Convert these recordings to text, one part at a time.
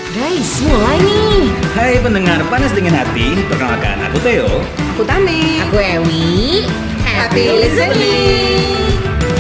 Guys, mulai nih. Hai pendengar Panas Dingin Hati, perkenalkan aku Theo. Aku Tami. Aku Ewi. Happy listening.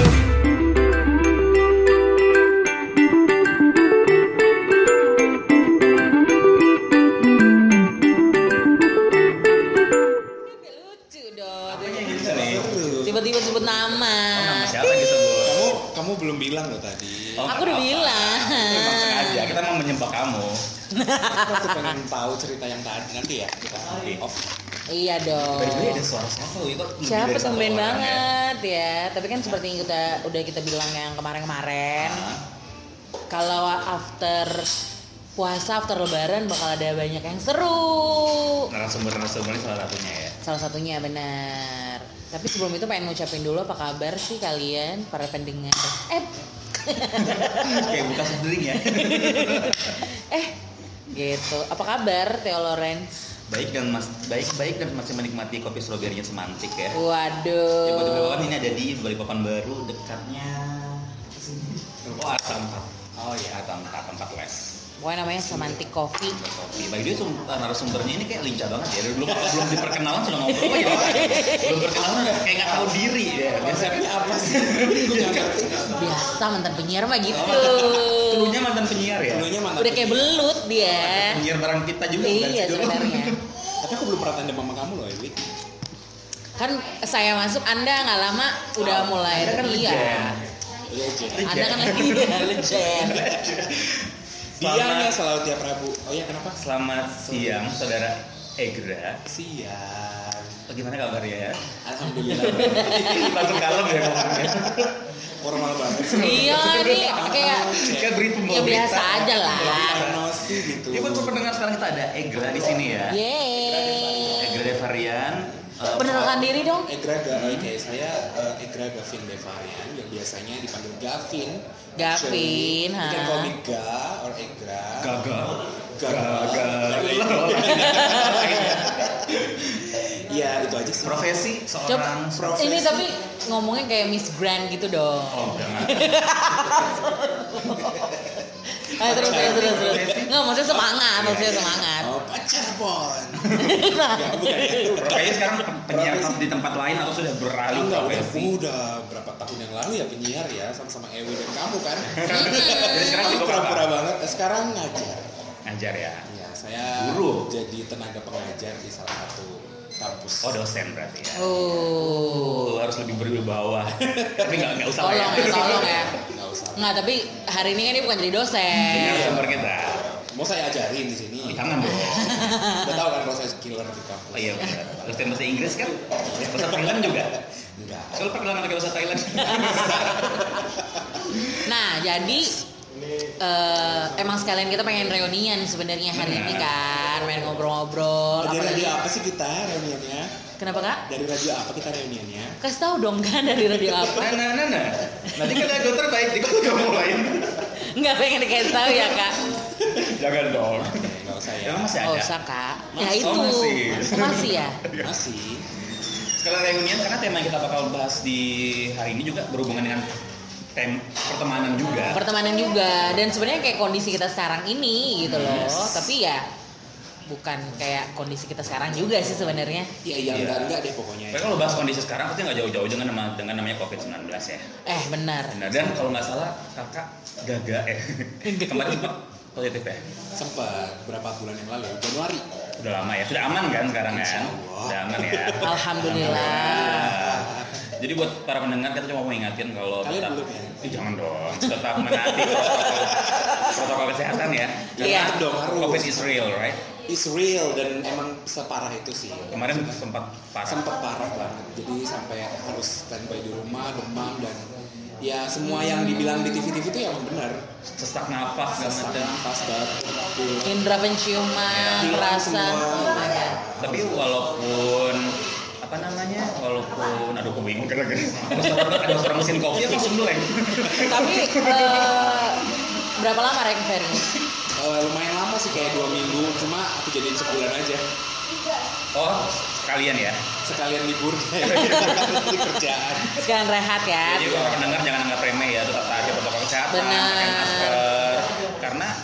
Lucu dong. Apanya yang gitu nih? Tiba-tiba sebut nama. Nama siapa yang disebut? Kamu belum bilang loh tadi. Oh, Aku udah apa-apa. bilang. Memang sengaja, kita mau menyembah kamu. Aku pengen tahu cerita yang tadi nanti ya kita off. Iya dong. By the way, ada suara siapa loh itu? Lebih Siapa dari satu tumben orang banget ya. Tapi kan seperti yang kita bilang yang kemarin-kemarin. Hah? Kalau after puasa, after lebaran bakal ada banyak yang seru. Narasumber ini salah satunya ya. Salah satunya benar. Tapi sebelum itu pengen ngucapin dulu apa kabar sih kalian para pendengar. Kayak buka sendiri ya. Gitu. Apa kabar Theo Loren? Baik dan masih menikmati kopi stroberinya semantik ya. Ya Waduh. betul ini ada di Balikpapan baru dekatnya. Oh Arta 4. Oh ya Arta 4 West. Pokoknya namanya Semantic Coffee. Kopi. Bagi dia narasumbernya ini kayak lincah banget ya. Belum diperkenalan sudah ngobrol aja. Belum berkenalan udah kayak nggak tahu diri ya. Biasanya apa sih? Biasa mantan penyiar mah gitu. Dulunya mantan penyiar ya. Dulunya mantan. Udah kayak belut dia. Penyiar barang kita juga. bukan Iya sih dulu? sebenarnya. Tapi aku belum pernah tanda mama kamu loh, Ewi. Kan saya masuk, Anda nggak lama udah mulai Anda kan iya. legend. Anda kan lagi legend. Dianya selalu tiap Rabu. Oh iya kenapa? Selamat siang saudara Egra. Siang. Bagaimana kabarnya ya? Alhamdulillah. Langsung kalem ya ngomongnya. Formal banget sih. Iya nih kayak Kayak berita ya biasa aja lah. Parnosi gitu. Ya buat pendengar sekarang kita ada Egra di sini ya. Yeay. Egra Devarian. Perkenalkan diri dong. Oke, saya Egra Gavin Devarian yang biasanya dipanggil Gavin. Gavin, You can ha. call me Ga or Egra. Gagal. Gagal. Iya, itu aja sih. Profesi Coba seorang ini tapi ngomongnya kayak Miss Grand gitu dong. Oh, jangan. Ayo terus. Nggak, maksudnya semangat. Oh, pacar pon. Kayaknya sekarang penyiar di tempat lain atau sudah beralih Enggak, profesi. udah berapa tahun yang lalu ya penyiar ya sama-sama Ewi dan kamu kan. Jadi sekarang Aku juga pura-pura apa? banget. Sekarang ngajar. Ngajar ya. Ya, saya Guru. jadi tenaga pengajar di salah satu kampus. Oh dosen berarti ya. Oh. Harus lebih berwibawa. Tapi nggak usah lah Tolong ya. Nggak usah. Nggak, tapi hari ini kan dia bukan jadi dosen. Ini narasumber kita. Mau saya ajarin di sini. Jangan dong. Udah tahu kan kalau saya killer di kampus. Oh iya benar. Dosen bahasa Inggris kan? Bahasa Thailand juga. Enggak. Kalau perkenalan pakai bahasa Thailand. Nah, jadi emang sekalian kita pengen reunian sebenarnya hari ini kan, main ngobrol-ngobrol. Dari radio Apalagi, apa sih kita reuniannya? kenapa kak? Dari radio apa kita reuniannya? Kasih tahu dong kan dari radio apa? Nah. Nanti kita ada terbaik di kota mulai. Nggak pengen dikasih tahu ya kak? Jangan dong. Enggak usah ya. Emang masih Oh ada. usah kak. Ya Mas- itu oh, masih. masih ya. Masih. Sekarang reunian karena tema yang kita bakal bahas di hari ini juga berhubungan dengan pertemanan juga. Pertemanan juga, dan sebenarnya kayak kondisi kita sekarang ini gitu loh. Tapi ya bukan kayak kondisi kita sekarang juga sih sebenarnya. Ya iya enggak deh pokoknya. Tapi kalau bahas kondisi sekarang pasti nggak jauh-jauh dengan namanya COVID-19 ya. Benar. Nah, dan kalau nggak salah kakak Gaga kemarin sempat positif ya. Sempat berapa bulan yang lalu, Januari. Udah lama ya, sudah aman kan sekarang kan? Insya Allah. Sudah aman ya. Alhamdulillah. Jadi buat para pendengar kita cuma mau ingatin kalau Kalian tetap, belum ya? jangan dong, tetap menaati protokol kesehatan ya. Iya. Tetap dong harus. COVID is real, right? Is real dan emang separah itu sih. Kemarin sempat parah. Sempat parah banget. Jadi sampai harus standby di rumah, demam dan ya semua yang dibilang di TV-TV itu yang benar. Sesak napas segala Sesak macam. nafas batuk. Indra penciuman, Hilang rasa. semua. Oh my God. Tapi walaupun aduh aku bingung gara-gara ada suara mesin kopi apa langsung blank. Tapi berapa lama recovery? Lumayan lama sih kayak 2 minggu, cuma aku jadiin sebulan aja. Oh sekalian ya. Sekalian libur di kerjaan. Sekarang rehat ya. Jadi kalau pendengar jangan anggap remeh ya, tetap taati protokol kesehatan, Benar. pakai masker. Karena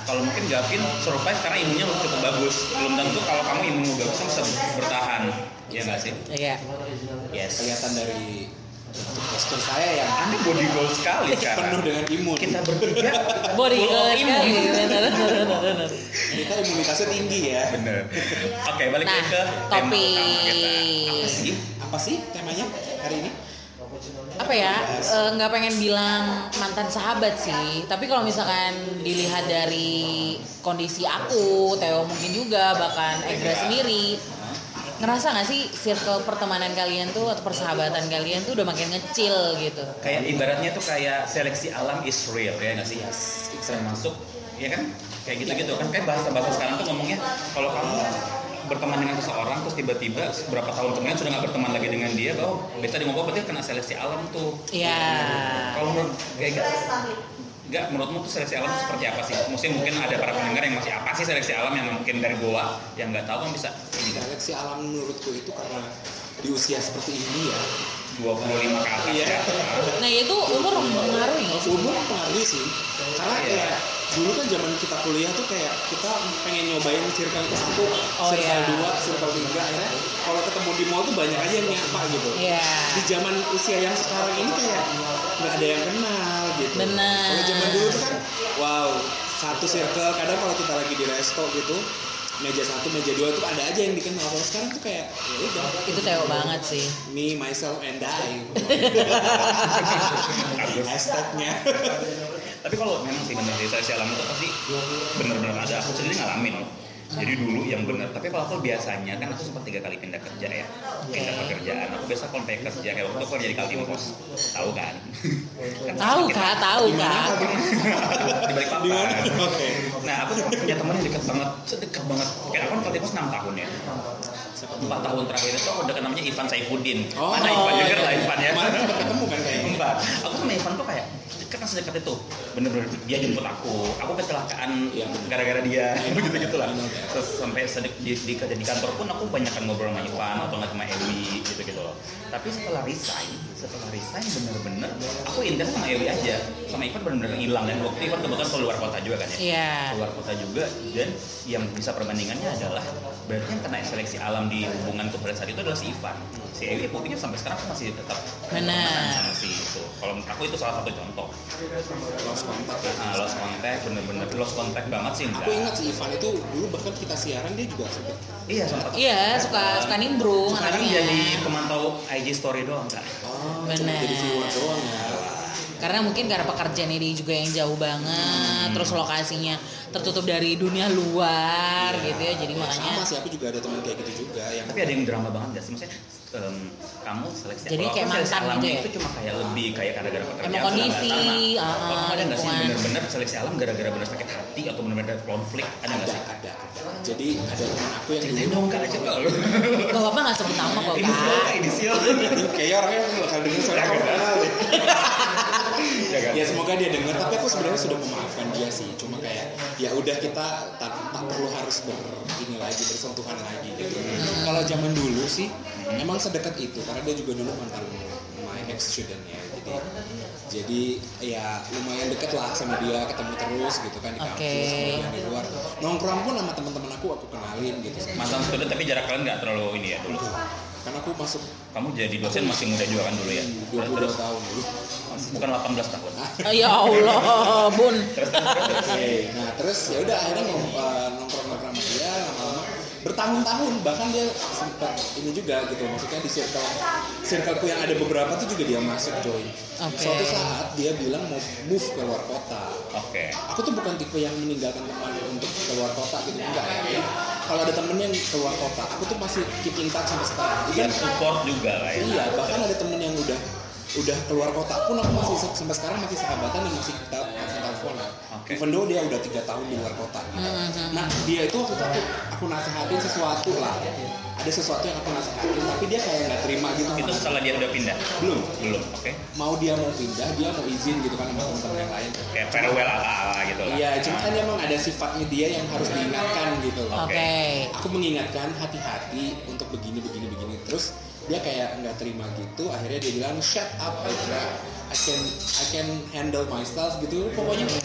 kalau mungkin Gavin survive karena imunnya cukup bagus. Belum tentu kalau kamu imunmu bagus kamu bisa bertahan. Iya nggak sih? Iya. Yes. Kelihatan dari postur saya yang Anda body goal sekali sekarang. penuh dengan imun. Kita bertiga Body full of imun. bener. Kita imunitasnya tinggi ya. Bener. Oke, balik Nah, ke tema topik. utama kita. Apa sih temanya hari ini? Apa ya, nggak pengen bilang mantan sahabat sih, tapi kalau misalkan dilihat dari kondisi aku, Theo mungkin juga, bahkan Egra sendiri, ngerasa nggak sih circle pertemanan kalian tuh atau persahabatan kalian tuh udah makin ngecil gitu? Kayak ibaratnya tuh kayak seleksi alam is real ya nggak sih? Saya masuk, ya kan? Kayak gitu-gitu kan? Kayak bahasa sekarang tuh ngomongnya kalau kamu berteman dengan seseorang terus tiba-tiba berapa tahun kemudian sudah nggak berteman lagi dengan dia, bahwa beta di ngobrol berarti kena seleksi alam tuh. Iya. Kalau menurut kayak nggak, menurutmu tuh seleksi alam itu seperti apa sih? Mungkin ada para pendengar yang masih apa sih seleksi alam yang mungkin dari gua yang nggak tahu kan bisa ini kan? Seleksi alam menurutku itu karena di usia seperti ini ya 25 ke atas Iya. ya. Nah itu umur mempengaruhi nggak sih? umur pengaruh sih, karena kayak dulu kan zaman kita kuliah tuh kayak kita pengen nyobain circle ke satu, circle iya. 2, circle 3, akhirnya kalau ketemu di mall tuh banyak aja yang nyapa gitu. Iya. Di zaman usia yang sekarang ini kayak nggak ada yang kenal gitu. Benar. Kalau zaman dulu tuh kan wow, satu circle, kadang kalau kita lagi di resto gitu meja 1, meja 2 tuh ada aja yang dikenal. Kalau sekarang tuh kayak ya udah, Itu Theo banget sih. me, myself, and I. Hashtagnya. Tapi kalau memang sih benar sih seleksi alam itu pasti benar-benar ada. Aku sendiri ngalamin. Jadi dulu yang benar. Tapi kalau aku biasanya kan aku sempat 3 kali pindah kerja ya. Pindah pekerjaan. Aku biasa kalau pengen kerja kayak waktu aku kerja di Kaltimos. Tahu kan? Tahu kak, tahu kak. Di balik papan. Oke. Nah, aku punya teman yang dekat banget, sedekat banget. Kayak aku kan Kaltimos 6 tahun ya. 4 tahun terakhir itu aku udah namanya Ivan Saifuddin. Oh, Mana Ivan denger lah iya. Ivan ya. Kemarin sempat ketemu kan kayaknya. Empat. Aku sama Ivan tuh kayak kan sedekat itu. Bener-bener dia jemput aku kecelakaan Iya. gara-gara dia. Begitu-gitu lah. Terus sampai di kantor pun aku banyak ngobrol sama Ivan atau nggak sama Ewi gitu-gitu loh. Tapi setelah resign bener-bener aku intens sama Ewi aja. Sama Ivan bener-bener hilang. Dan waktu Ivan kebetulan keluar kota juga kan ya. Iya. Keluar kota juga, dan yang bisa perbandingannya adalah berarti yang kena seleksi alam di hubunganku pada saat itu adalah si Ivan. Si Ewi buktinya sampai sekarang aku masih tetap Benar. sama si itu. Kalau menurut aku itu salah satu contoh. Lost contact ya. Nah, lost contact, bener-bener lost contact banget sih enggak. Aku ingat si Ivan itu dulu bahkan kita siaran dia juga sempet. Iya sempat. Iya, suka nimbrung Sekarang anaknya. jadi pemantau IG story doang kan. Oh, Bener. cuma jadi viewer doang ya. Karena mungkin karena pekerjaannya dia juga yang jauh banget, terus lokasinya tertutup dari dunia luar gitu ya, jadi makanya. Sama sih, aku juga ada teman kayak gitu juga yang. Tapi ada yang drama banget gak sih? Maksudnya kamu seleksi. Jadi kalau kayak aku seleksi mantan alam gitu ya? itu cuma kayak lebih kayak gara-gara pekerjaan. Emang kondisi, Kalau kamu ada nggak sih lingkungan. bener-bener seleksi alam gara-gara bener sakit hati atau bener-bener ada konflik? Ada nggak sih? ada. Jadi ada teman aku yang Ceritain dulu dong kak aja kak. Gak apa-apa gak sebut nama kok Inisial kak. kak, inisial. kayaknya orangnya bakal denger soalnya aku kenal deh. Ya semoga dia denger, tapi aku sebenarnya sudah memaafkan dia sih. Cuma kayak ya udah kita tak perlu harus ini lagi bersentuhan lagi gitu. Kalau zaman dulu sih emang sedekat itu karena dia juga dulu mantan my ex student ya. Jadi ya lumayan deket lah sama dia, ketemu terus gitu kan di kampus, kemudian di luar. Nongkrong pun sama teman-teman aku kenalin gitu. Mantan student tapi jarak kalian nggak terlalu ini ya dulu. Karena aku masuk Kamu jadi dosen masih muda juga kan dulu ya? 22 tahun dulu. Bukan 18 tahun. Ya Allah, Bun. Oke, nah terus ya udah akhirnya nongkrong sama dia lama-lama bertahun-tahun, bahkan dia sempat ini juga gitu, maksudnya di circleku yang ada beberapa tuh juga dia masuk join. Oke. Suatu saat dia bilang mau move ke luar kota. Oke. Aku tuh bukan tipe yang meninggalkan teman untuk keluar kota gitu, enggak ya. Kalau ada temen yang keluar kota, aku tuh masih keep in touch sampai sekarang. Dan support juga lah ya. Iya, bahkan ada temen yang udah keluar kota pun aku masih sampai sekarang masih sahabatan dan masih teleponan. Oke. Even though dia udah 3 tahun di luar kota. Nah dia itu waktu itu aku nasihatin sesuatu lah. Ada sesuatu yang aku nasihatin, tapi dia kayak nggak terima gitu. Itu setelah dia udah pindah? Belum. Oke. Dia mau pindah, dia mau izin gitu kan sama teman-teman yang lain. Kayak farewell ala-ala gitu lah. Iya, cuma kan emang ada sifatnya dia yang harus diingatkan gitu loh. Oke. Aku mengingatkan hati-hati untuk begini. Terus dia kayak nggak terima gitu, akhirnya dia bilang shut up aja, I can handle myself gitu pokoknya. And then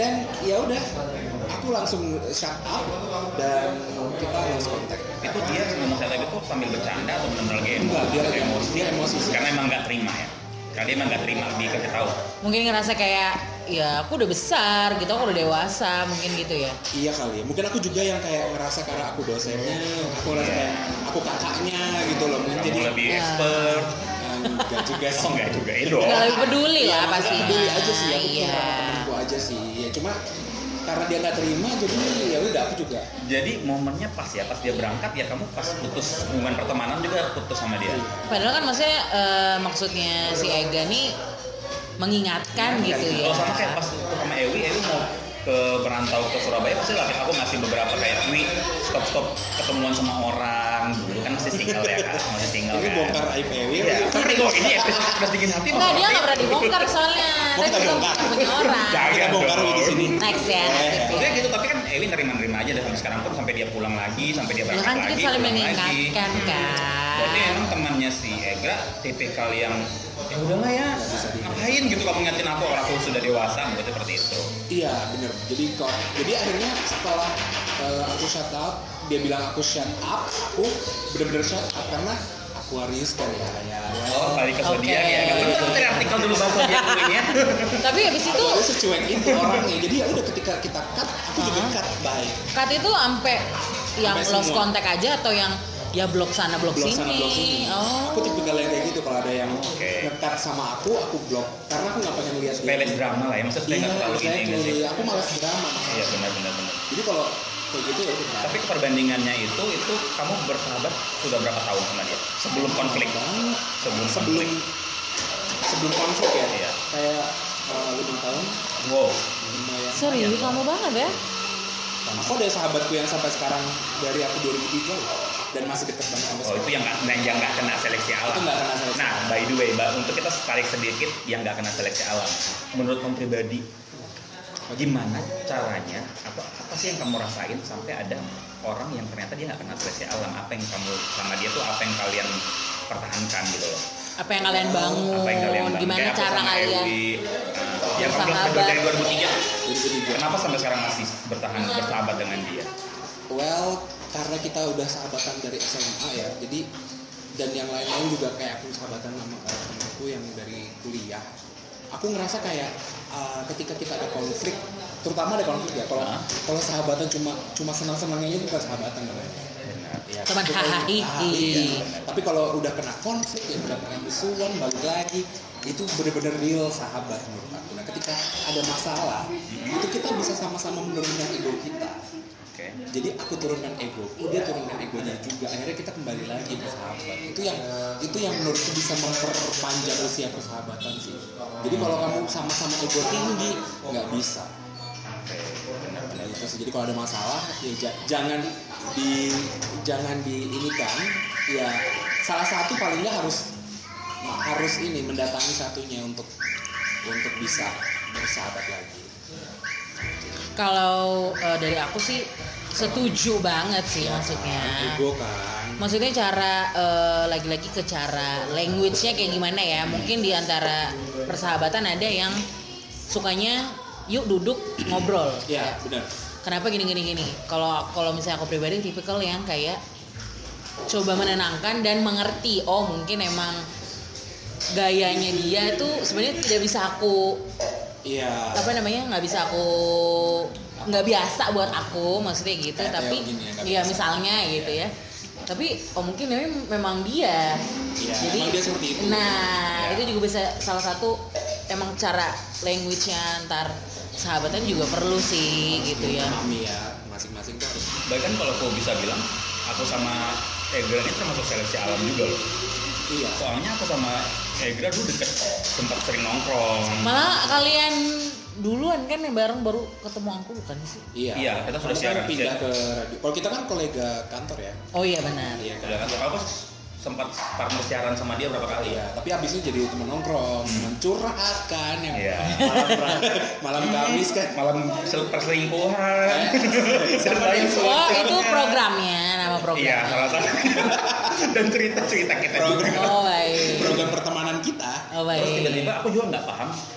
then ya udah aku langsung shut up dan kita lost contact. Itu dia ngomong saya tadi tuh sambil bercanda atau benar-benar lagi emosi? Enggak, dia lagi emosi, dia emosi sih. Karena emang nggak terima ya. Karena dia emang nggak terima dikasih tahu. Mungkin ngerasa kayak ya aku udah besar gitu, aku udah dewasa mungkin gitu ya. Iya kali ya. Mungkin aku juga yang kayak ngerasa karena aku dosennya, aku ngerasa kayak aku kakaknya gitu loh. Mungkin Kamu jadi lebih expert. enggak juga sih. Oh enggak juga ya dong. Nggak lebih peduli Iya, lah maksudnya pasti. peduli aja sih, aku Iya. cuma sama temenku aja sih. Ya cuma karena dia nggak terima jadi ya udah aku juga. Jadi momennya pas ya, pas dia berangkat ya kamu pas putus hubungan pertemanan juga putus sama dia. Padahal kan maksudnya maksudnya si Ega nih mengingatkan gitu ya. Kalau sama kayak pas itu sama Ewi mau ke merantau ke Surabaya pasti lah aku ngasih beberapa kayak Wi stop ketemuan sama orang dulu kan masih single ya kan, masih single Ini kan. bongkar aib Ewi. Iya, tapi kok ini episode dingin hati. Enggak, dia nggak pernah dibongkar soalnya. Mau Tapi kita kita bongkar? punya orang. Jangan Kita bongkar dong. di sini. Next ya. next ya. Udah gitu, tapi kan Ewi nerima aja dan sampai sekarang pun sampai dia pulang lagi, sampai dia Ya berangkat kan lagi, kita saling pulang lagi. mengingatkan kan. Berarti emang temannya si Egra tipikal yang ya udahlah ya, ngapain gitu kamu ngingetin aku sudah dewasa, berarti seperti itu. Iya bener. Jadi akhirnya setelah aku shut up, dia bilang aku shut up, aku bener-bener shut up karena Aquarius kan ya. Oh, balik ke zodiak Oke. ya. Kamu dari artikel dulu bahas zodiak dulunya. Tapi habis itu Aquarius secuek itu orangnya. Jadi ya udah ketika kita cut, aku juga cut bye. cut itu sampai yang Sampai lost semua. contact aja atau yang ya blok sana blok Blok sini. sana blok sini. Oh. Aku tipikal yang kayak gitu kalau ada yang Oke. nge-cut sama aku blok karena aku nggak pengen lihat Peles drama lah ya, maksudnya Iya, nggak terlalu ini nggak sih? exactly. Aku malas drama. Iya benar. Jadi kalau kayak gitu ya udah. Tapi perbandingannya itu kamu bersahabat sudah berapa tahun sama dia? Sebelum konflik. banget. Sebelum sebelum konflik ya. Iya. Kayak 5 tahun. Wow. Lumayan. Serius lama banget ya. Aku ada sahabatku yang sampai sekarang dari aku 2003 loh, dan masih deket banget sampai Oh sekarang. itu yang nggak kena seleksi alam. Itu nggak kena seleksi Nah by the way, Mbak, untuk kita tarik sedikit yang nggak kena seleksi alam. Menurut kamu pribadi, gimana caranya? Apa sih yang kamu rasain sampai ada orang yang ternyata dia nggak kena seleksi alam? Apa yang kamu sama dia tuh apa yang kalian pertahankan gitu loh? Apa yang kalian bangun? Apa yang kalian bangun? Gimana Kayak aku cara sama kalian? Ewi, yang kamu bilang bersahabat? dari 2003. 2003. Kenapa sampai sekarang masih bersahabat dengan dia? Well, karena kita udah sahabatan dari SMA ya, jadi dan yang lain-lain juga kayak aku sahabatan sama temanku yang dari kuliah. Aku ngerasa kayak ketika kita ada konflik, terutama ada konflik ya. Kalau sahabatan cuma senang-senangnya itu bukan sahabatan namanya. Ya, Teman tapi kalau- hahaha. iya. Tapi kalau udah kena konflik ya udah kena musuhan balik lagi, itu bener-bener real sahabat menurut aku. Nah, ketika ada masalah, itu kita bisa sama-sama menurunkan ego kita. Oke. Jadi aku turunkan egoku, dia turunkan egonya juga. Akhirnya kita kembali lagi bersahabat. Itu yang menurutku bisa memperpanjang usia persahabatan sih. Jadi kalau kamu sama-sama ego tinggi, nggak bisa. Oke, benar-benar. Itu sih. Jadi kalau ada masalah, ya jangan diinikan. Ya salah satu paling nggak harus ini mendatangi satunya untuk bisa bersahabat lagi. Kalau dari aku sih setuju banget sih maksudnya. Ego kan. Maksudnya cara lagi-lagi ke cara language-nya kayak gimana ya? Mungkin di antara persahabatan ada yang sukanya yuk duduk ngobrol. Ya benar. Kenapa gini. Kalau misalnya aku pribadi tipikal yang kayak coba menenangkan dan mengerti. Oh mungkin emang gayanya dia tuh sebenarnya tidak bisa aku Iya. nggak biasa buat aku maksudnya gitu. Kayak tapi Theo gini ya, nggak ya biasa. misalnya gitu ya. Tapi mungkin memang dia. Iya, Jadi emang dia seperti itu. nah Ya. itu juga bisa salah satu emang cara language-nya antar sahabatan juga perlu sih gitu ya. Memahami ya, masing-masing tuh harus. Bahkan kalau aku bisa bilang, aku sama Egra ini termasuk seleksi alam juga loh. Iya. Soalnya aku sama Egra dulu deket, sempat sering nongkrong. Malah kalian duluan kan yang bareng baru ketemu aku bukan sih? Iya, kita sudah Kamu kan siaran. pindah ke radio. Kalau kita kan kolega kantor ya. Oh iya benar. Iya kan. Udah kan, aku sempat partner siaran sama dia berapa kali Iya, tapi abis itu jadi teman nongkrong, teman curhat kan yang Iya. malam Kamis kan. Malam perselingkuhan. Siapa yang Oh itu programnya, nama Iya, programnya. salah satu. Dan cerita kita juga. Program Oh baik. program pertemanan kita. Oh Terus baik. tiba-tiba aku juga nggak paham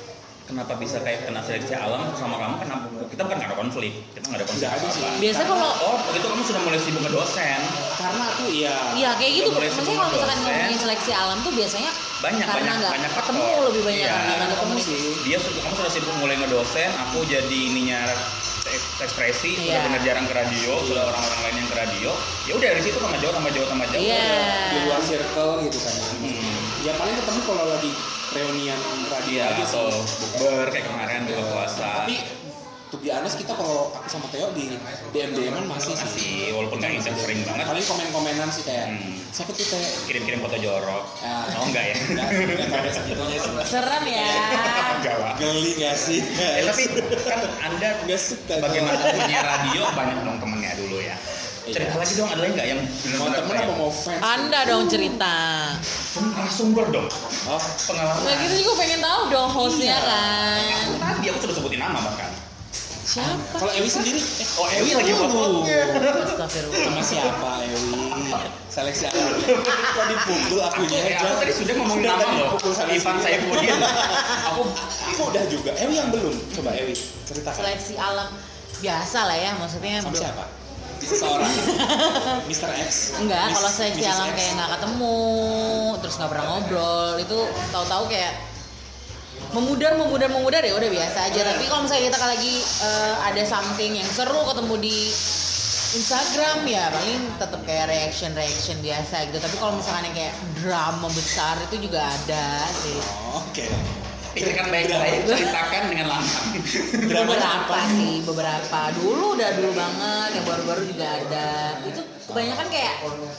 kenapa bisa kayak kena seleksi alam sama kamu? Kenapa kita bukan nggak ada konflik, kita nggak ada konflik Nggak ada sih. apa-apa. Biasanya kalau itu kamu sudah mulai sibuk ke dosen. Karena aku iya kayak gitu. Udah mulai Maksudnya semua kalau misalkan dosen. ngomongin seleksi alam tuh biasanya banyak karena nggak ketemu faktor. lebih banyak Iya. karena nggak ketemu sih. Kamu sudah sibuk mulai ngedosen, aku jadi ininya ekspresi, Iya. sudah benar jarang ke radio, sudah orang-orang lain yang ke radio. Ya udah dari situ tambah jauh. Iya. di luar circle gitu kan. Ya paling ketemu kalau lagi reunian radio Iya, aja atau sih. bukber kayak kemarin buka puasa. Tapi to be honest, kita kalau aku sama Theo di DM-an masih sih. Masih, walaupun nggak intens sering banget. Paling komen-komenan sih kayak siapa tuh Theo? Kirim-kirim foto jorok. Oh enggak ya? Enggak sampai segitunya sih. Serem ya. Enggak lah. Geli gak sih? Tapi kan Anda Nggak suka. sebagai punya radio banyak dong temennya dulu ya. Cerita lagi dong, ada lagi nggak yang Mau temen apa mau fans? Anda dong cerita. sumber dong. Oh, Pengalaman. Nah kita juga pengen tahu dong hostnya kan. Tadi aku sudah sebutin nama bahkan. Siapa? kalau Ewi sendiri, Ewi lagi podcastnya. Astagfirullah. sama siapa Ewi? Seleksi alam. Kok dipukul akunya aja? Aku tadi sudah ngomongin nama loh. Dipukul sama Ivan istri. Saifuddin. Aku udah juga. Ewi yang belum. Coba Ewi ceritakan. Seleksi alam biasa lah ya, maksudnya Sama belum. siapa? Seseorang. Mr. X. Enggak, kalau Miss- seleksi Mrs. alam X. kayak nggak ketemu, terus nggak pernah ngobrol, itu tahu-tahu kayak memudar ya udah biasa aja. Tapi kalau misalnya kita lagi ada something yang seru ketemu di Instagram ya paling tetap kayak reaction biasa gitu. Tapi kalau misalkan yang kayak drama besar itu juga ada sih. Oh, oke. Pikirkan baik-baik, ceritakan dengan lantang. Beberapa dulu banget, yang baru-baru juga ada. Itu kebanyakan kayak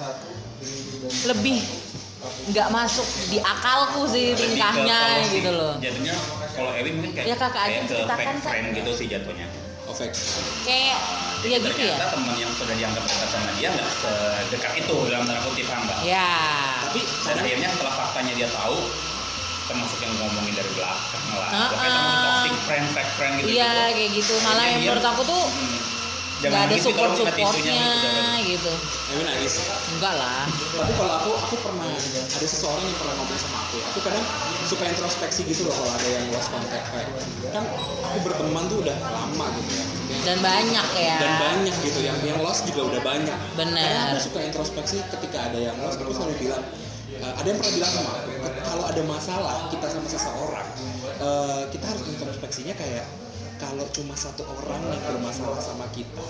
lebih nggak masuk di akalku sih tingkahnya gitu loh. Jadinya kalau Ewi mungkin kayak Ya, Kakak aja kayak ke ceritakan, fake Kak. friend gitu sih jatuhnya. Oh, fake. Kayak ya gitu ya. Ternyata teman yang sudah dianggap dekat sama dia nggak sedekat itu dalam tanda kutip Mbak. Ya. Tapi Dan akhirnya setelah faktanya dia tahu, termasuk yang ngomongin dari belakang lah. Heeh. Kayak termasuk toxic friend, fake friend gitu. Iya kayak gitu. Malah yang menurut aku tuh nggak ada supportnya gitu. Ewi nangis. Enggak lah. Tapi kalau aku pernah ada seseorang yang pernah ngomong sama aku. Aku kadang suka introspeksi gitu loh kalau ada yang lost contact kayak. Kan aku berteman tuh udah lama gitu ya. Maksudnya, Dan banyak ya. dan banyak gitu yang lost juga udah banyak. Bener. Karena aku suka introspeksi ketika ada yang lost, aku selalu bilang ada yang pernah bilang sama aku, kalau ada masalah kita sama seseorang, kita harus introspeksinya kayak kalau cuma satu orang yang bermasalah sama kita,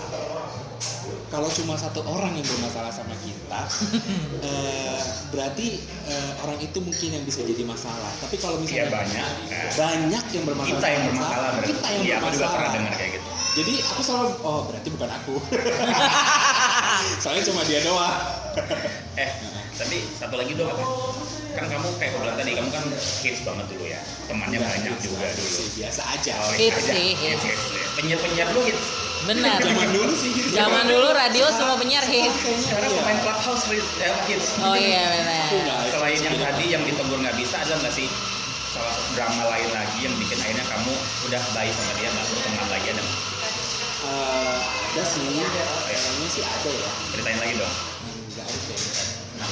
berarti orang itu mungkin yang bisa jadi masalah. Tapi kalau misalnya banyak yang bermasalah, Kita yang bermasalah. kita yang Iya, aku juga bermasalah. pernah dengar kayak gitu. Jadi aku selalu, berarti bukan aku. Soalnya cuma dia doang. Tapi satu lagi dong, kan kamu kayak aku bilang tadi, kamu kan hits banget dulu ya, temannya banyak juga dulu. Biasa aja. Hits sih, hits. Penyiar dulu hits. Benar. Zaman dulu sih gitu. Zaman dulu radio semua penyiar hits. Sekarang pemain clubhouse hits. Oh iya benar. Selain yang tadi yang ditegur nggak bisa, ada nggak sih salah satu drama lain lagi yang bikin akhirnya kamu udah baik sama dia, nggak berteman lagi, ada nggak? Ada sih, kayaknya sih ada ya. Ceritain lagi dong. Enggak ada kayaknya.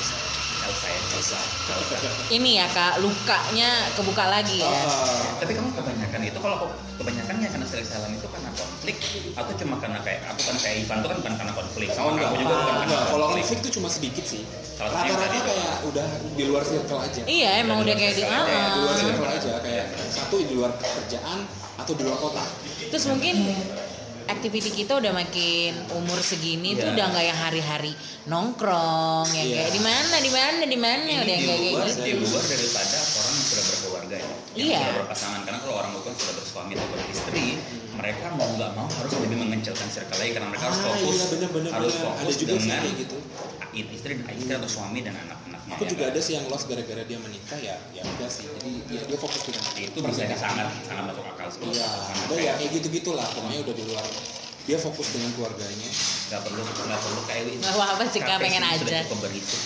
Nggak usah. Ini ya Kak, lukanya kebuka lagi ya. Tapi kamu kebanyakan itu, kalau kebanyakannya karena seleksi alam itu karena konflik atau cuma karena kayak aku kan kayak Ivan tuh kan bukan karena konflik, sama aku juga bukan karena Kalau konflik. konflik tuh cuma sedikit sih. Salah satunya Rata-rata tadi. kayak udah di luar circle aja. Iya emang udah kayak di Di luar circle aja kayak satu di luar pekerjaan atau di luar kota. Terus mungkin activity kita udah makin umur segini tuh udah nggak yang hari-hari nongkrong yang kayak di mana udah yang kayak gitu. Di luar daripada orang yang sudah berkeluarga ya, yang Iya. sudah berpasangan. Karena kalau orang bukan sudah bersuami atau beristri, mereka mau nggak mau harus lebih mengecilkan circle lagi karena mereka harus fokus, Iya, bener. harus Ada fokus juga sih dengan kayak gitu. istri atau suami dan anak-anaknya. Aku juga ada sih yang lost gara-gara dia menikah ya udah sih. Jadi dia fokus dengan Itu bisa sangat masuk akal sih. Iya, ada ya kayak gitu-gitulah. Pokoknya udah di luar. Dia fokus dengan keluarganya. Nggak perlu kayak Nggak apa-apa sih Kak, pengen sudah aja. cukup berisik.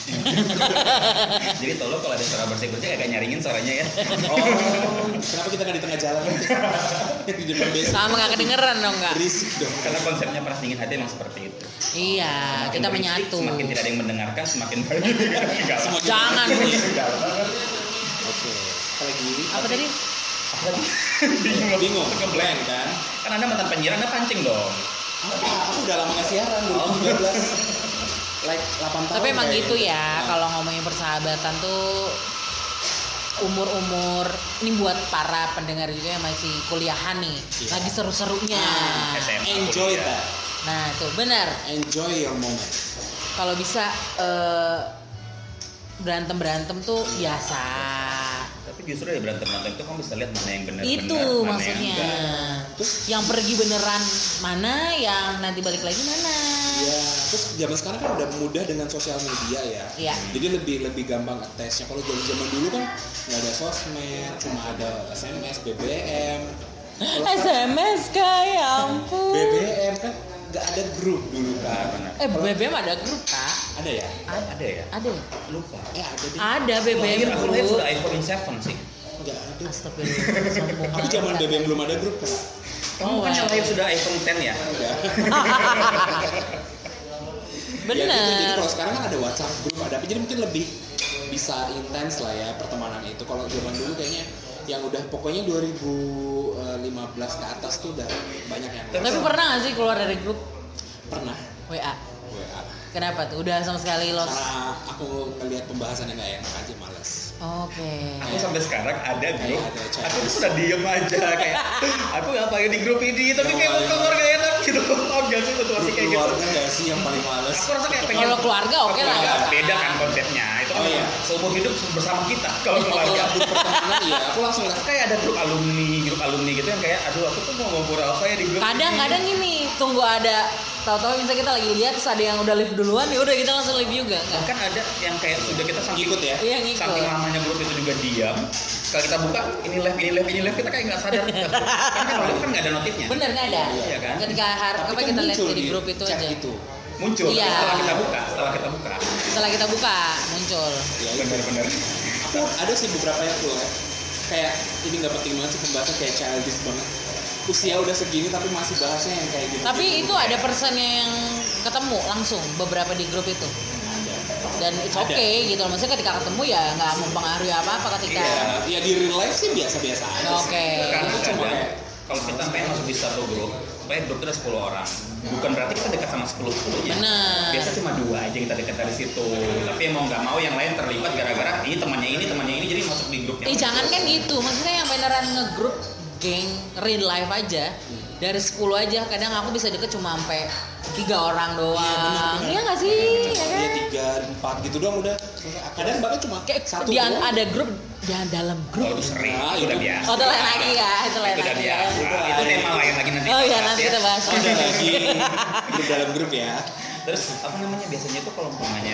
Jadi tolong kalau ada suara bersih-bersih agak nyaringin suaranya ya. Kenapa kita nggak di tengah jalan? Di depan base. Sama nggak kedengeran dong Kak? Berisik dong. Karena konsepnya Panas Dingin Hati emang seperti itu. Iya, Semakin kita berisik, menyatu. Semakin tidak ada yang mendengarkan, semakin baik. Jangan. Oke. Apalagi Apa tadi? Bingung, ngeblank kan? Kan Anda mantan penyiar, Anda pancing dong. Aku udah lama nggak siaran 2013. Like 8 tahun. Tapi emang kayaknya. gitu ya, kalau ngomongin persahabatan tuh umur-umur ini buat para pendengar juga yang masih kuliahan nih, lagi seru-serunya. SMA. Enjoy that. Nah, tuh benar. Enjoy your moment. Kalau bisa berantem tuh biasa. Tapi justru dari berantem-berantem itu kamu bisa lihat mana yang benar. Itu mana maksudnya. yang enggak. Yang pergi beneran mana, yang nanti balik lagi mana. Ya, terus zaman sekarang kan udah mudah dengan sosial media ya. Iya. Jadi lebih gampang ngetesnya. Kalau zaman dulu kan nggak ada sosmed, cuma ada SMS, BBM. Kalau SMS kayak ampun. BBM kan nggak ada grup dulu kan. BBM ada grup Kak. Ada ya? Ada ya? Ada ya? Lupa. Ada deh. Ada BBM Aku lihat grup. sudah iPhone 7 sih. Nggak ada. Astagfirullah, sombong Aku zaman banget. BBM belum ada grup kan. Kamu kan yang lahir sudah iPhone 10 ya? Enggak. Bener. Ya gitu. Jadi kalau sekarang kan ada WhatsApp grup, ada apa? Jadi mungkin lebih bisa intens lah ya pertemanan itu. Kalau zaman dulu kayaknya yang udah pokoknya 2015 ke atas tuh udah banyak yang Tapi pernah gak sih keluar dari grup pernah WA? WA. Kenapa tuh? Udah sama sekali lost? Karena aku ngelihat pembahasan yang nggak enak aja, males. Oke. Aku sampai sekarang ada grup, Ada chat. aku tuh sudah diem aja kayak aku ngapain di grup ini, tapi kayak mau keluar gak enak gitu. Paham gak sih situasi Grup kayak gitu? keluarga nggak sih yang paling males? Aku rasa kayak pengen Kalau keluarga oke lah. Keluarga beda kan konsepnya. Itu kan Oh, iya. seumur hidup bersama kita. Kalau keluarga Kalau grup pertemanan ya, aku langsung lihat kayak ada grup alumni gitu yang kayak aduh aku tuh mau ngobrol apa ya di grup Kadang-kadang gini, tunggu ada tahu-tahu misalnya kita lagi lihat terus ada yang udah live duluan, ya udah kita langsung live juga. Enggak? Bahkan ada yang kayak sudah kita saking Ngikut ya? Iya, ngikut. saking lamanya grup itu juga diam. Kalau kita buka ini live kita kayak nggak sadar. Karena kalau itu kan nggak ada notifnya. Bener nggak ada? Iya kan? Ketika Tapi apa kan kita lihat muncul di grup itu chat aja. itu. Muncul Iya. setelah kita buka. Setelah kita buka muncul. Ya, itu. Benar-benar. Aku ada sih beberapa yang tuh kayak ini nggak penting banget sih pembahasan, kayak childish banget. Usia udah segini tapi masih bahasnya yang kayak gitu. Tapi itu ada personnya yang ketemu langsung beberapa di grup itu. Dan it's Ada. okay gitu loh. Maksudnya ketika ketemu ya nggak mempengaruhi apa-apa ketika. Ya di real life sih biasa-biasa aja. Oke. Karena Itu cuma kadang kayak kalau kita main masuk di satu grup, supaya grup itu ada 10 orang. Bukan berarti kita dekat sama 10-10-nya. Benar. Biasa cuma 2 aja yang kita dekat dari situ. Tapi mau nggak mau yang lain terlibat gara-gara ini temannya ini jadi masuk di grupnya. Jangan kan gitu. Maksudnya yang beneran ngegrup geng real life aja. Dari 10 aja kadang aku bisa deket cuma sampai 3 orang doang. Iya nggak sih? Ya kan? Dia 3, 4 gitu doang udah. Kadang bahkan cuma Kayak satu di doang. ada grup di dalam Kalau grup. itu sering, Nah, itu udah itu. biasa. Oh, itu lain lagi ya, itu lain Itu udah lagi ya. biasa. Itu tema lain lagi nanti. Oh iya, bahas nanti ya. kita bahas. Oh, ada lagi grup dalam grup ya. Terus apa namanya biasanya tuh kalau umpamanya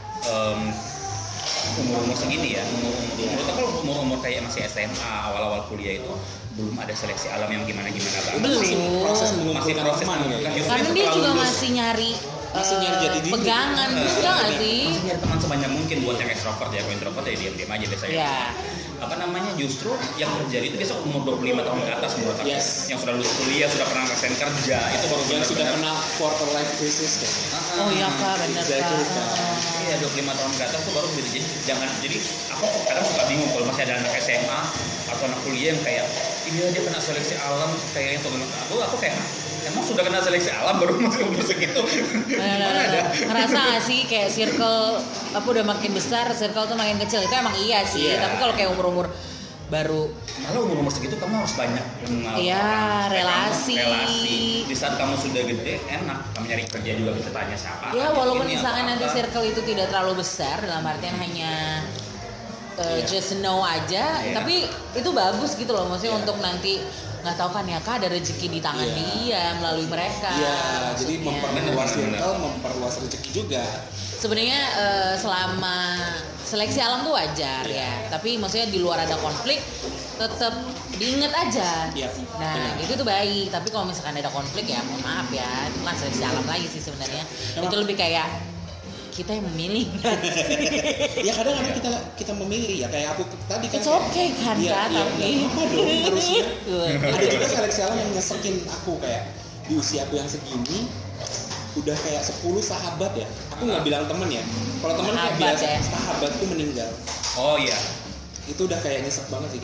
umur-umur segini ya, menurut aku kalau umur-umur kayak masih SMA, awal-awal kuliah itu belum ada seleksi alam yang gimana-gimana banget. Belum. sih. Proses Masih mengumpulkan proses teman mengumpulkan. kayak gitu. Karena dia Setelah juga lulus, masih nyari jati diri. pegangan, bisa nggak sih? masih nyari teman sebanyak mungkin buat yang ekstrovert ya, kalau introvert ya diam-diam aja biasanya. Iya. Apa namanya justru yang terjadi itu biasa umur 25 tahun ke atas menurut aku. Yes. Yang sudah lulus kuliah, sudah pernah ngerasain kerja, itu baru Yang sudah benar-benar kena quarter life crisis kayaknya. Oh iya kak, bener Exactly, kak. Kak. Iya 25 tahun ke atas tuh baru gitu. Jadi aku kadang suka bingung kalau masih ada anak SMA atau anak kuliah yang kayak iya dia kena seleksi alam kayaknya tuh aku kayak emang sudah kena seleksi alam baru masih umur segitu. Gimana ada? Ngerasa gak sih kayak circle apa udah makin besar, circle tuh makin kecil, itu emang iya sih. Iya. Tapi kalau kayak umur-umur baru, Malah umur segitu kamu harus banyak mengenal Iya, orang. relasi. Relasi. Di saat kamu sudah gede enak kamu nyari kerja juga bisa tanya siapa. ya walaupun ini misalkan nanti apa-apa. circle itu tidak terlalu besar dalam artian hanya just know aja, Iya. tapi itu bagus gitu loh, maksudnya untuk nanti nggak tahu kan ya kak ada rezeki di tangan Iya. dia melalui mereka. Iya, jadi maksudnya. memperluas Benar-benar. circle, memperluas rezeki juga. Sebenarnya selama seleksi alam tuh wajar ya, tapi maksudnya di luar ada konflik tetap diinget aja. Iya, Nah benar. itu tuh baik, tapi kalau misalkan ada konflik ya mohon maaf ya, itu kan seleksi alam lagi sih sebenarnya. Emang- Itu lebih kayak kita yang memilih. Ya kadang-kadang kita memilih ya kayak aku tadi kan. It's okay kan Iya, kak, iya, tapi nggak apa dong harusnya. Tuh. Ada juga seleksi alam yang nyesekin aku kayak di usia aku yang segini udah kayak 10 sahabat ya. Aku nggak bilang temen ya. Kalau temen kayak Sahabat biasa ya. sahabatku meninggal. Oh iya. Itu udah kayak nyesek banget sih kayak.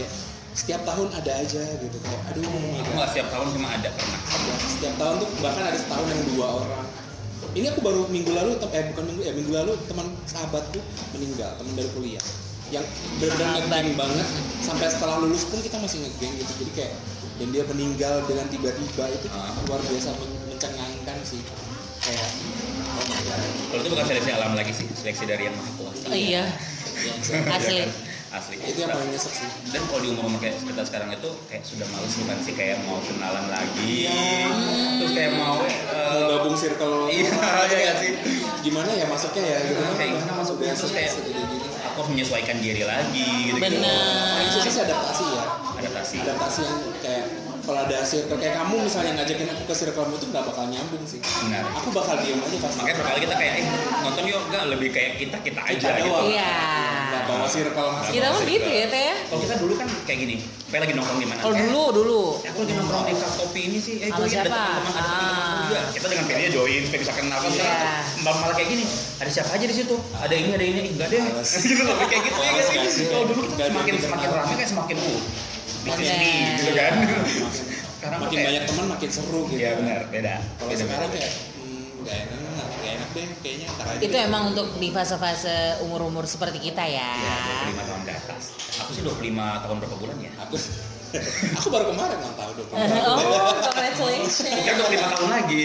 setiap tahun ada aja gitu kayak aduh Aku nggak setiap tahun, cuma ada pernah. ya, setiap tahun tuh bahkan ada setahun yang 2 orang. Ini aku baru minggu lalu minggu lalu teman sahabatku meninggal, teman dari kuliah yang benar-benar ngegeng banget sampai setelah lulus pun kita masih ngegeng gitu. Jadi kayak dan dia meninggal dengan tiba-tiba itu luar biasa mencengangkan sih. Kayak oh my god. Kalau itu bukan seleksi alam lagi sih, seleksi dari yang maha kuasa. Iya. Asli. Asli. Itu yang paling nyesek sih. Dan kalau di umur kayak kita sekarang itu kayak sudah males bukan sih kayak mau kenalan lagi, terus kayak mau Mau gabung circle. iya ya sih. Gimana ya masuknya ya gitu. Kayak gimana masuknya, terus kayak aku harus menyesuaikan diri lagi gitu. Bener. Paling susah sih adaptasi ya. Adaptasi. Adaptasi yang kayak kalau ada circle kayak kamu misalnya ngajakin aku ke circle itu nggak bakal nyambung sih. Benar. Aku bakal diem aja pasti. Makanya berkali kita kayak nonton yuk, enggak lebih kayak kita aja Kita gitu. doang. Iya. Nggak bawa circle masuk. Kita mah gitu ya Teh. Kalau kita dulu kan kayak gini, kayak lagi nongkrong di mana? Kalau dulu. Aku lagi nongkrong di kafe kopi ini sih, Sama join, siapa? ada teman-teman juga. Kita dengan pilihnya join, kayak bisa kenal kan. Iya. Malah kayak gini, ada siapa aja di situ? Ada ini, enggak deh. Males. Gitu loh, kayak gitu ya Males kan nggak sih. sih? Kalau dulu kita Nggak semakin gitu. ramai kayak semakin bisnis Bener. nih gitu kan. Karena Makin kayak- banyak teman makin seru gitu. Iya benar, beda. Kalau Beda, sekarang beda. kayak nggak enak deh kayaknya. Ntar aja Itu deh. emang untuk di fase-fase umur-umur seperti kita ya. Iya, 25 tahun ke atas. Aku sih 25 tahun berapa bulan ya? Aku baru kemarin ulang tahun 20. Oh, congratulations. Kan 25 tahun lagi.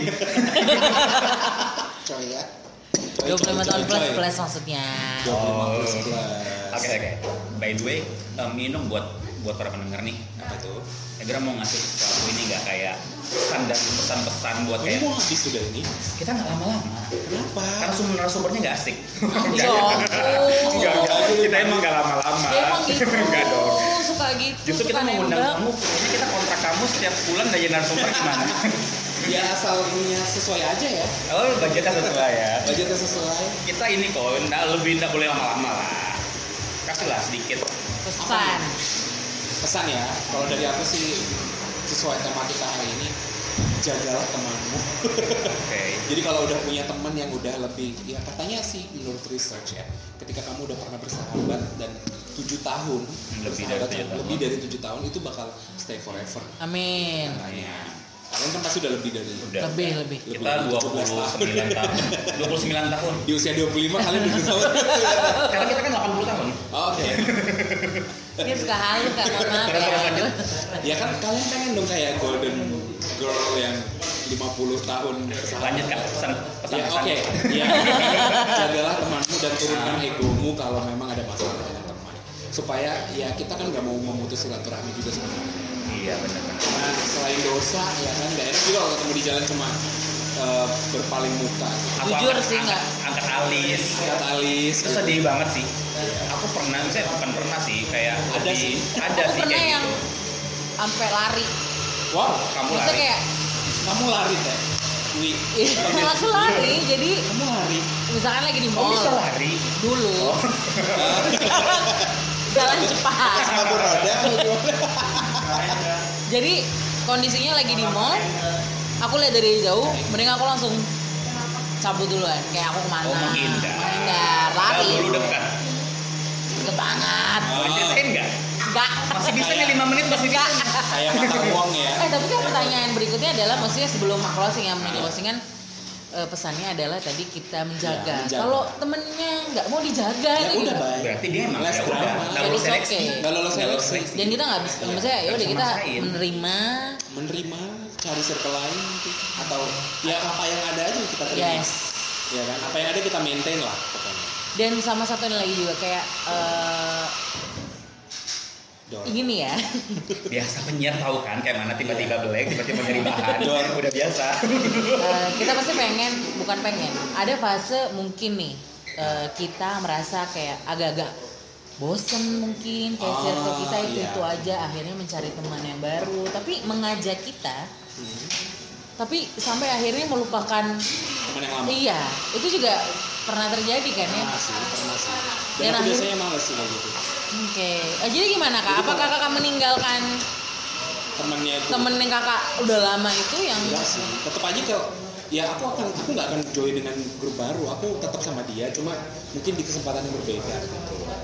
Coy ya. 25 tahun Coy. plus maksudnya. 25 plus. Oke. By the way, ini dong buat para pendengar nih. Apa tuh? Egra mau ngasih sesuatu ini nggak kayak pesan-pesan buat Oh, ini kayak mau habis sudah ini. kita nggak lama-lama. Kenapa? Karena narasumbernya nggak asik. Ya ampun. Enggak. Kita emang nggak lama-lama. Dia emang gitu. Enggak dong. Suka gitu. Justru kita suka mengundang nembak. kamu, ini kita kontrak kamu setiap bulan dari narasumber gimana? Ya asalnya sesuai aja ya. Oh, budgetnya sesuai ya. Budgetnya sesuai. Kita ini kok, nggak boleh lama-lama lah. Kasihlah sedikit. Pesan. Pesan ya, kalau dari aku sih sesuai tematika hari ini, jagalah temanmu. Oke. Jadi kalau udah punya teman yang udah lebih, ya katanya sih menurut research ya, ketika kamu udah pernah bersahabat dan 7 tahun, Lebih dari bersahabat 7 tahun. lebih dari 7 tahun itu bakal stay forever. Amin. Katanya. Kalian kan pasti udah lebih dari Udah. Lebih. Kita 29 tahun. 29 tahun. Di usia 25 kalian udah tahu. Karena kita kan 80 tahun. Oke. Dia suka halu Kak, mohon maaf Terus ya. lanjut. Ya kan kalian pengen dong kayak golden girl yang 50 tahun bersahabat. Lanjut Kak, Ya pesan-pesan. oke, ya jagalah temanmu dan turunkan egomu kalau memang ada masalah dengan teman. Supaya ya kita kan nggak mau memutus silaturahmi juga sebenarnya. Iya benar. Karena selain dosa ya kan nggak enak juga kalau ketemu di jalan cuma berpaling muka. Jujur sih, nggak. Angkat alis. Angkat alis. Itu sedih banget sih. Aku pernah, misalnya bukan pernah sih, kayak Ada lebih- sih. Ada Aku sih pernah kayak yang gitu. sampai lari. Wow, Kamu Maksudnya lari. kayak kamu lari teh. Wih, aku lari, jadi kamu lari. misalkan lagi di Kamu mall bisa lari. dulu. Jalan cepat. Sepatu roda atau gimana? Jadi kondisinya lagi di mall, aku lihat dari jauh, mending aku langsung cabut duluan. Kayak aku kemana? Oh, menghindar. Menghindar, lari. Dulu dekat. Deket banget. Mau ceritain nggak? Enggak. Masih bisa nih 5 menit masih bisa. Kayak makan uang ya. Tapi kan pertanyaan berikutnya adalah, maksudnya sebelum closing ya, menuju closing kan pesannya adalah tadi kita menjaga. Ya, menjaga. Kalau temennya nggak mau dijaga, Ya itu udah gimana? baik. Berarti dia emang Less ya udah. drama. Nggak Jadi lolos it's seleksi. okay. Nggak lolos Nggak lolos seleksi. Dan kita nggak bisa, maksudnya ya udah kita maksain. menerima. Menerima, cari circle lain mungkin. Atau ya apa yang ada aja kita terima. Yes. Ya kan, apa yang ada kita maintain lah pokoknya. Dan sama satu lagi juga kayak Dor. gini ya. Biasa penyiar tahu kan kayak mana tiba-tiba black, tiba-tiba nyari bahan. Udah biasa. Kita pasti bukan pengen. Ada fase mungkin nih kita merasa kayak agak-agak bosen mungkin kayak circle kita iya. itu aja, akhirnya mencari teman yang baru. Tapi mengajak kita, tapi sampai akhirnya melupakan. Teman yang lama. Iya, itu juga pernah terjadi kan ya. Pernah sih. Dan Dan aku akhir- biasanya males sih kayak gitu. Oke. Jadi gimana Kak? Apakah Kakak meninggalkan Temennya itu. temen yang Kakak udah lama itu yang Enggak sih. Tetap aja kalau ya aku nggak akan join dengan grup baru. Aku tetap sama dia, cuma mungkin di kesempatan yang berbeda gitu.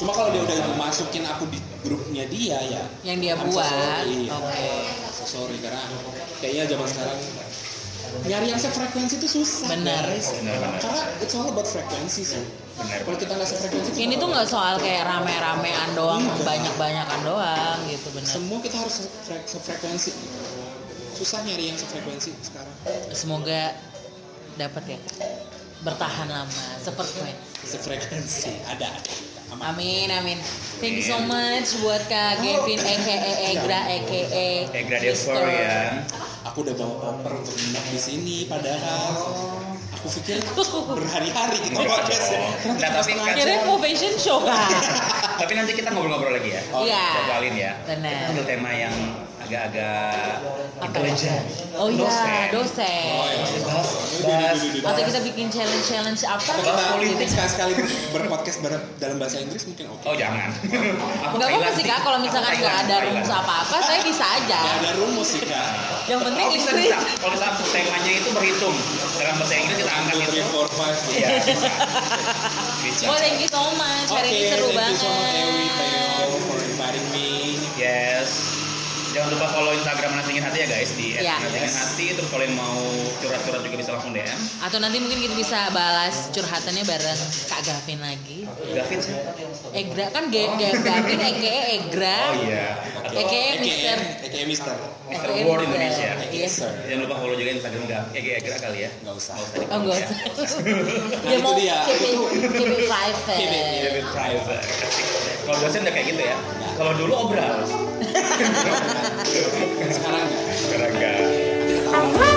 Cuma kalau dia udah masukin aku di grupnya dia ya. Yang dia I'm so buat. sorry. Oke. So sorry karena kayaknya zaman sekarang nyari yang sefrekuensi itu susah. Benar. guys. Karena it's all about frekuensi sih. Benar. Kalau kita nggak sefrekuensi, Ini tuh nggak soal kayak rame-ramean doang, Enggak. banyak-banyakan doang gitu benar. semua kita harus sefrekuensi. Susah nyari yang sefrekuensi sekarang. Semoga dapat ya, bertahan lama, Sefrekuensi ada. Aman. Amin amin. Thank you so much buat Kak Gavin aka Egra aka Egra Devor ya. Aku udah bawa koper untuk nginep di sini padahal aku pikir berhari-hari gitu podcastnya. Nah, tapi kan Kirain mau fashion show Kak. tapi nanti kita ngobrol-ngobrol lagi ya. Iya. Ngobrolin ya. Benar. Kita ambil tema yang agak-agak Apa? intelijen. Oh iya, dosen. Bahas Atau kita bikin challenge apa? Kita politik. sekali-sekali berpodcast dalam bahasa Inggris mungkin oke. Oh jangan. Aku Nggak apa-apa Thailand sih Kak, kalau misalkan nggak ada rumus apa-apa, saya bisa aja. Ya ada rumus sih kak. Yang penting Oh bisa Inggris. bisa. Kalau saat temanya itu berhitung dalam bahasa Inggris kita angkat 2, itu. 3, 4, 5. Iya bisa. Bisa. Oh thank you so much, hari ini seru thank you so much banget. Ewi, Theo for inviting me. Yes. Jangan lupa follow Instagram Nantingin Hati ya guys di Iya. @nantingin hati. Terus kalau yang mau curhat-curhat juga bisa langsung DM. Atau nanti mungkin kita bisa balas curhatannya bareng Kak Gavin lagi. Gavin sih. Egra kan Gavin aka Egra. Oh iya. Aka Mister. AKA Mister. Mr. World Indonesia. Yes. Jangan lupa follow juga Instagram Egra kali ya. Nggak usah. Oh enggak usah. Nah, Dia itu mau dia. keep it private. Keep it private. Kalau dosen udah kayak gitu ya. Kalau dulu obral. Sekarang nggak. Sekarang enggak. Kita tahu.